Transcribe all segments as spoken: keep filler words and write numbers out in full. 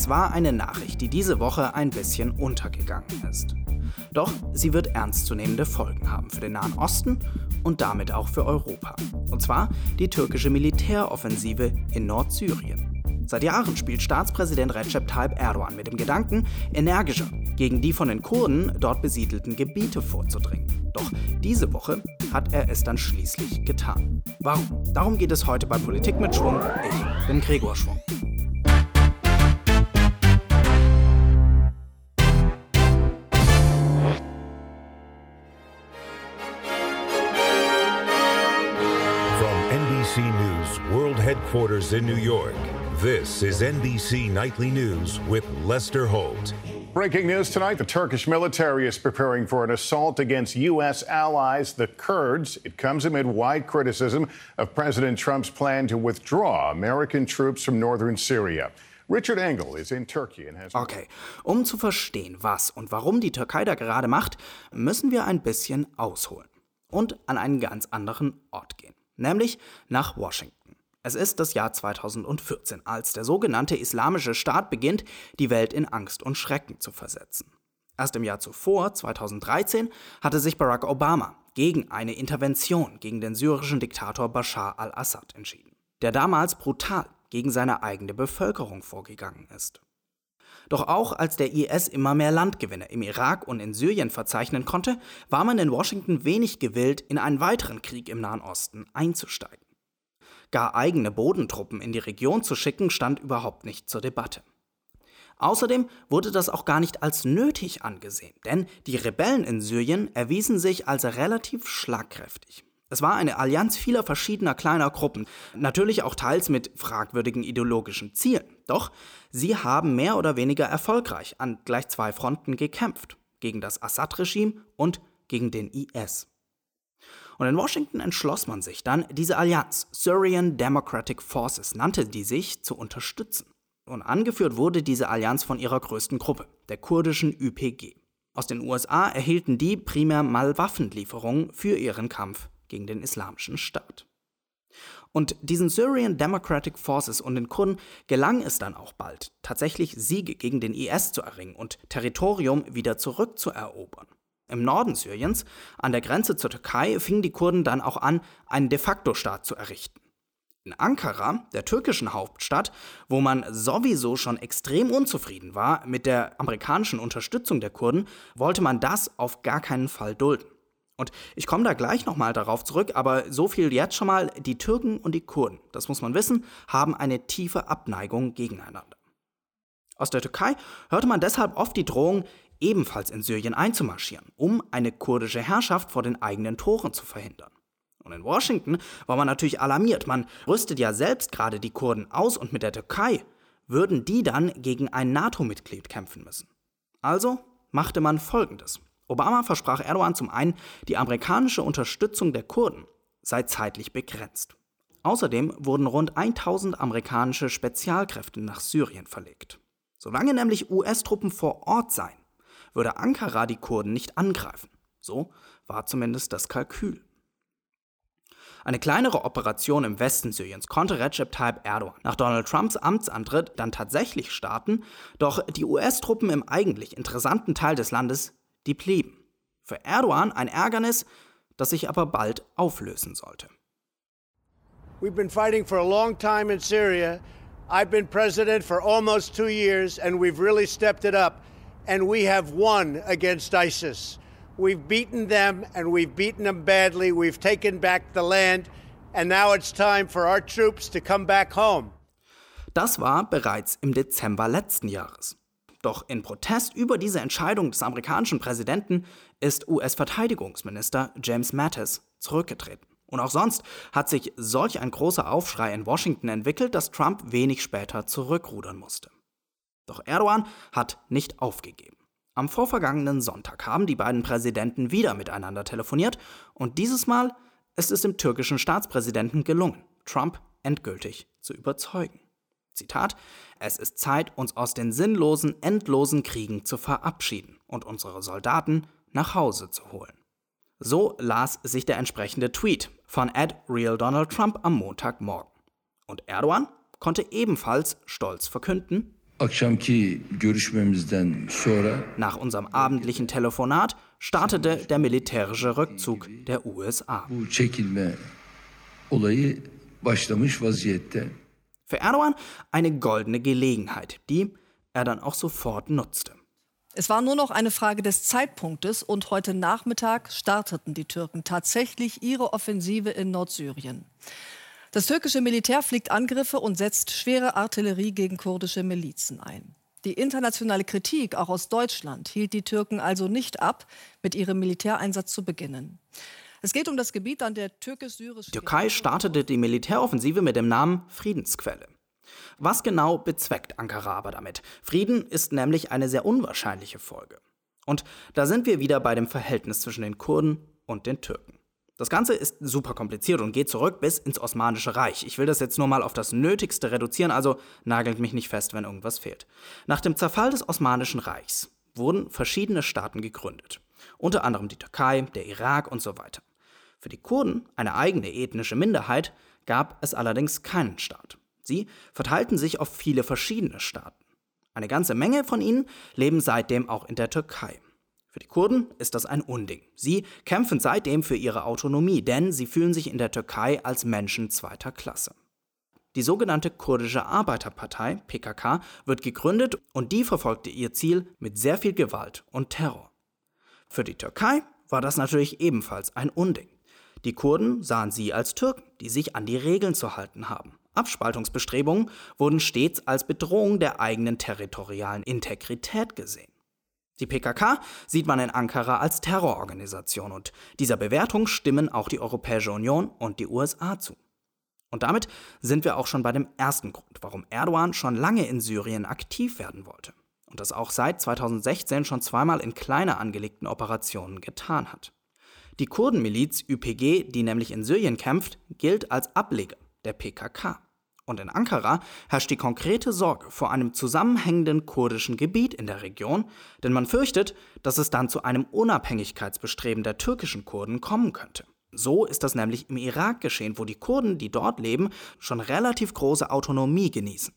Es war eine Nachricht, die diese Woche ein bisschen untergegangen ist. Doch sie wird ernstzunehmende Folgen haben für den Nahen Osten und damit auch für Europa. Und zwar die türkische Militäroffensive in Nordsyrien. Seit Jahren spielt Staatspräsident Recep Tayyip Erdogan mit dem Gedanken, energischer gegen die von den Kurden dort besiedelten Gebiete vorzudringen. Doch diese Woche hat er es dann schließlich getan. Warum? Darum geht es heute bei Politik mit Schwung. Ich bin Gregor Schwung. N B C News World Headquarters in New York. This is N B C Nightly News with Lester Holt. Breaking news tonight, the Turkish military is preparing for an assault against U S allies, the Kurds. It comes amid wide criticism of President Trump's plan to withdraw American troops from northern Syria. Richard Engel is in Turkey and has... Okay, um zu verstehen, was und warum die Türkei da gerade macht, müssen wir ein bisschen ausholen und an einen ganz anderen Ort gehen. Nämlich nach Washington. Es ist das Jahr zweitausendvierzehn, als der sogenannte Islamische Staat beginnt, die Welt in Angst und Schrecken zu versetzen. Erst im Jahr zuvor, zweitausenddreizehn, hatte sich Barack Obama gegen eine Intervention gegen den syrischen Diktator Bashar al-Assad entschieden, der damals brutal gegen seine eigene Bevölkerung vorgegangen ist. Doch auch als der I S immer mehr Landgewinne im Irak und in Syrien verzeichnen konnte, war man in Washington wenig gewillt, in einen weiteren Krieg im Nahen Osten einzusteigen. Gar eigene Bodentruppen in die Region zu schicken, stand überhaupt nicht zur Debatte. Außerdem wurde das auch gar nicht als nötig angesehen, denn die Rebellen in Syrien erwiesen sich als relativ schlagkräftig. Es war eine Allianz vieler verschiedener kleiner Gruppen, natürlich auch teils mit fragwürdigen ideologischen Zielen. Doch sie haben mehr oder weniger erfolgreich an gleich zwei Fronten gekämpft, gegen das Assad-Regime und gegen den I S. Und in Washington entschloss man sich dann, diese Allianz, Syrian Democratic Forces, nannte die sich, zu unterstützen. Und angeführt wurde diese Allianz von ihrer größten Gruppe, der kurdischen Y P G. Aus den U S A erhielten die primär mal Waffenlieferungen für ihren Kampf gegen den Islamischen Staat. Und diesen Syrian Democratic Forces und den Kurden gelang es dann auch bald, tatsächlich Siege gegen den I S zu erringen und Territorium wieder zurückzuerobern. Im Norden Syriens, an der Grenze zur Türkei, fingen die Kurden dann auch an, einen De-facto-Staat zu errichten. In Ankara, der türkischen Hauptstadt, wo man sowieso schon extrem unzufrieden war mit der amerikanischen Unterstützung der Kurden, wollte man das auf gar keinen Fall dulden. Und ich komme da gleich nochmal darauf zurück, aber so viel jetzt schon mal, die Türken und die Kurden, das muss man wissen, haben eine tiefe Abneigung gegeneinander. Aus der Türkei hörte man deshalb oft die Drohung, ebenfalls in Syrien einzumarschieren, um eine kurdische Herrschaft vor den eigenen Toren zu verhindern. Und in Washington war man natürlich alarmiert, man rüstet ja selbst gerade die Kurden aus und mit der Türkei würden die dann gegen ein NATO-Mitglied kämpfen müssen. Also machte man Folgendes. Obama versprach Erdogan zum einen, die amerikanische Unterstützung der Kurden sei zeitlich begrenzt. Außerdem wurden rund tausend amerikanische Spezialkräfte nach Syrien verlegt. Solange nämlich U S-Truppen vor Ort seien, würde Ankara die Kurden nicht angreifen. So war zumindest das Kalkül. Eine kleinere Operation im Westen Syriens konnte Recep Tayyip Erdogan nach Donald Trumps Amtsantritt dann tatsächlich starten, doch die U S-Truppen im eigentlich interessanten Teil des Landes, die blieben. Für Erdogan ein Ärgernis, das sich aber bald auflösen sollte. We've been fighting for a long time in Syria. I've been president for almost two years and we've really stepped it up. And we have won against ISIS. We've beaten them and we've beaten them badly. We've taken back the land and now it's time for our troops to come back home. Das war bereits im Dezember letzten Jahres. Doch in Protest über diese Entscheidung des amerikanischen Präsidenten ist U S-Verteidigungsminister James Mattis zurückgetreten. Und auch sonst hat sich solch ein großer Aufschrei in Washington entwickelt, dass Trump wenig später zurückrudern musste. Doch Erdogan hat nicht aufgegeben. Am vorvergangenen Sonntag haben die beiden Präsidenten wieder miteinander telefoniert und dieses Mal ist es dem türkischen Staatspräsidenten gelungen, Trump endgültig zu überzeugen. Zitat: Es ist Zeit, uns aus den sinnlosen, endlosen Kriegen zu verabschieden und unsere Soldaten nach Hause zu holen. So las sich der entsprechende Tweet von at real Donald Trump am Montagmorgen. Und Erdogan konnte ebenfalls stolz verkünden: Nach unserem abendlichen Telefonat startete der militärische Rückzug der U S A. Für Erdogan eine goldene Gelegenheit, die er dann auch sofort nutzte. Es war nur noch eine Frage des Zeitpunktes und heute Nachmittag starteten die Türken tatsächlich ihre Offensive in Nordsyrien. Das türkische Militär fliegt Angriffe und setzt schwere Artillerie gegen kurdische Milizen ein. Die internationale Kritik, auch aus Deutschland, hielt die Türken also nicht ab, mit ihrem Militäreinsatz zu beginnen. Es geht um das Gebiet an der türkisch-syrischen... Die Türkei startete die Militäroffensive mit dem Namen Friedensquelle. Was genau bezweckt Ankara aber damit? Frieden ist nämlich eine sehr unwahrscheinliche Folge. Und da sind wir wieder bei dem Verhältnis zwischen den Kurden und den Türken. Das Ganze ist super kompliziert und geht zurück bis ins Osmanische Reich. Ich will das jetzt nur mal auf das Nötigste reduzieren, also nagelt mich nicht fest, wenn irgendwas fehlt. Nach dem Zerfall des Osmanischen Reichs wurden verschiedene Staaten gegründet. Unter anderem die Türkei, der Irak und so weiter. Für die Kurden, eine eigene ethnische Minderheit, gab es allerdings keinen Staat. Sie verteilten sich auf viele verschiedene Staaten. Eine ganze Menge von ihnen leben seitdem auch in der Türkei. Für die Kurden ist das ein Unding. Sie kämpfen seitdem für ihre Autonomie, denn sie fühlen sich in der Türkei als Menschen zweiter Klasse. Die sogenannte Kurdische Arbeiterpartei, P K K, wird gegründet und die verfolgte ihr Ziel mit sehr viel Gewalt und Terror. Für die Türkei war das natürlich ebenfalls ein Unding. Die Kurden sahen sie als Türken, die sich an die Regeln zu halten haben. Abspaltungsbestrebungen wurden stets als Bedrohung der eigenen territorialen Integrität gesehen. Die P K K sieht man in Ankara als Terrororganisation und dieser Bewertung stimmen auch die Europäische Union und die U S A zu. Und damit sind wir auch schon bei dem ersten Grund, warum Erdogan schon lange in Syrien aktiv werden wollte und das auch seit zweitausendsechzehn schon zweimal in kleiner angelegten Operationen getan hat. Die Kurdenmiliz Y P G, die nämlich in Syrien kämpft, gilt als Ableger der P K K. Und in Ankara herrscht die konkrete Sorge vor einem zusammenhängenden kurdischen Gebiet in der Region, denn man fürchtet, dass es dann zu einem Unabhängigkeitsbestreben der türkischen Kurden kommen könnte. So ist das nämlich im Irak geschehen, wo die Kurden, die dort leben, schon relativ große Autonomie genießen.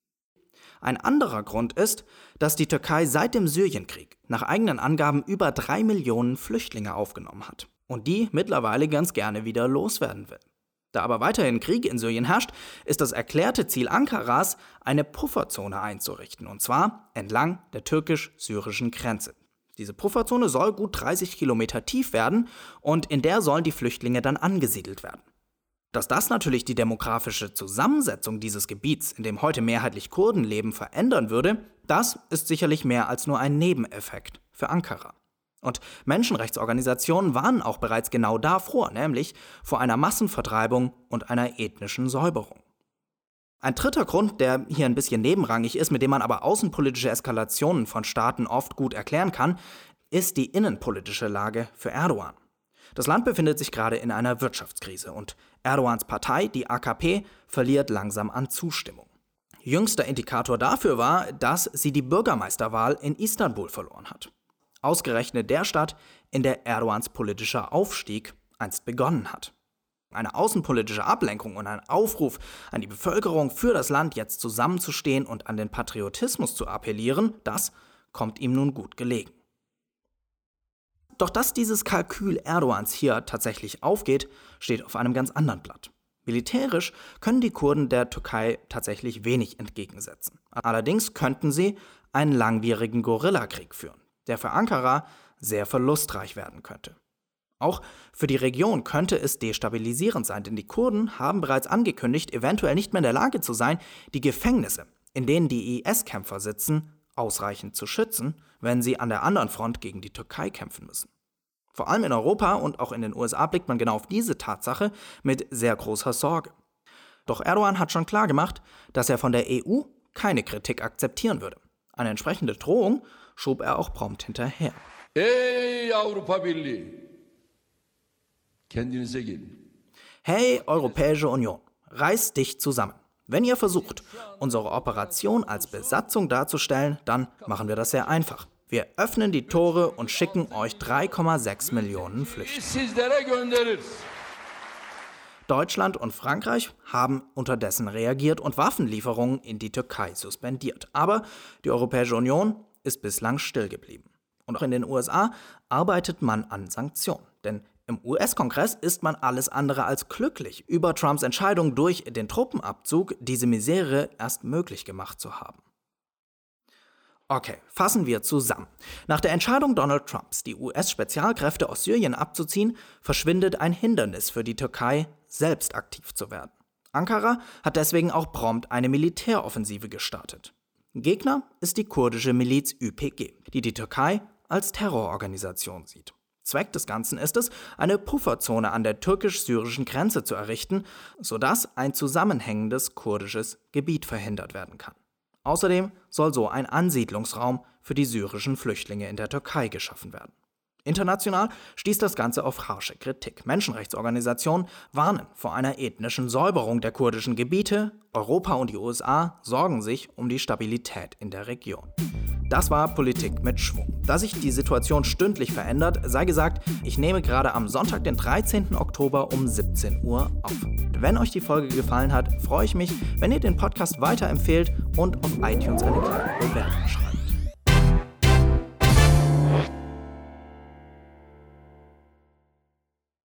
Ein anderer Grund ist, dass die Türkei seit dem Syrienkrieg nach eigenen Angaben über drei Millionen Flüchtlinge aufgenommen hat und die mittlerweile ganz gerne wieder loswerden will. Da aber weiterhin Krieg in Syrien herrscht, ist das erklärte Ziel Ankaras, eine Pufferzone einzurichten, und zwar entlang der türkisch-syrischen Grenze. Diese Pufferzone soll gut dreißig Kilometer tief werden und in der sollen die Flüchtlinge dann angesiedelt werden. Dass das natürlich die demografische Zusammensetzung dieses Gebiets, in dem heute mehrheitlich Kurden leben, verändern würde, das ist sicherlich mehr als nur ein Nebeneffekt für Ankara. Und Menschenrechtsorganisationen warnen auch bereits genau davor, nämlich vor einer Massenvertreibung und einer ethnischen Säuberung. Ein dritter Grund, der hier ein bisschen nebenrangig ist, mit dem man aber außenpolitische Eskalationen von Staaten oft gut erklären kann, ist die innenpolitische Lage für Erdogan. Das Land befindet sich gerade in einer Wirtschaftskrise und Erdogans Partei, die A K P, verliert langsam an Zustimmung. Jüngster Indikator dafür war, dass sie die Bürgermeisterwahl in Istanbul verloren hat. Ausgerechnet der Stadt, in der Erdogans politischer Aufstieg einst begonnen hat. Eine außenpolitische Ablenkung und ein Aufruf an die Bevölkerung, für das Land jetzt zusammenzustehen und an den Patriotismus zu appellieren, das kommt ihm nun gut gelegen. Doch dass dieses Kalkül Erdogans hier tatsächlich aufgeht, steht auf einem ganz anderen Blatt. Militärisch können die Kurden der Türkei tatsächlich wenig entgegensetzen. Allerdings könnten sie einen langwierigen Guerillakrieg führen, der für Ankara sehr verlustreich werden könnte. Auch für die Region könnte es destabilisierend sein, denn die Kurden haben bereits angekündigt, eventuell nicht mehr in der Lage zu sein, die Gefängnisse, in denen die I S-Kämpfer sitzen, ausreichend zu schützen, wenn sie an der anderen Front gegen die Türkei kämpfen müssen. Vor allem in Europa und auch in den U S A blickt man genau auf diese Tatsache mit sehr großer Sorge. Doch Erdogan hat schon klargemacht, dass er von der E U keine Kritik akzeptieren würde. Eine entsprechende Drohung schob er auch prompt hinterher. Ey Avrupa Birliği, kendinize gelin. Hey Europäische Union, reißt dich zusammen. Wenn ihr versucht, unsere Operation als Besatzung darzustellen, dann machen wir das sehr einfach. Wir öffnen die Tore und schicken euch drei Komma sechs Millionen Flüchtlinge. Deutschland und Frankreich haben unterdessen reagiert und Waffenlieferungen in die Türkei suspendiert. Aber die Europäische Union ist bislang still geblieben. Und auch in den U S A arbeitet man an Sanktionen. Denn im U S-Kongress ist man alles andere als glücklich über Trumps Entscheidung, durch den Truppenabzug diese Misere erst möglich gemacht zu haben. Okay, fassen wir zusammen. Nach der Entscheidung Donald Trumps, die U S-Spezialkräfte aus Syrien abzuziehen, verschwindet ein Hindernis für die Türkei, selbst aktiv zu werden. Ankara hat deswegen auch prompt eine Militäroffensive gestartet. Gegner ist die kurdische Miliz Y P G, die die Türkei als Terrororganisation sieht. Zweck des Ganzen ist es, eine Pufferzone an der türkisch-syrischen Grenze zu errichten, sodass ein zusammenhängendes kurdisches Gebiet verhindert werden kann. Außerdem soll so ein Ansiedlungsraum für die syrischen Flüchtlinge in der Türkei geschaffen werden. International stieß das Ganze auf harsche Kritik. Menschenrechtsorganisationen warnen vor einer ethnischen Säuberung der kurdischen Gebiete. Europa und die U S A sorgen sich um die Stabilität in der Region. Das war Politik mit Schwung. Da sich die Situation stündlich verändert, sei gesagt, ich nehme gerade am Sonntag, den dreizehnten Oktober um siebzehn Uhr auf. Wenn euch die Folge gefallen hat, freue ich mich, wenn ihr den Podcast weiterempfehlt und auf iTunes eine kleine Bewertung schreibt.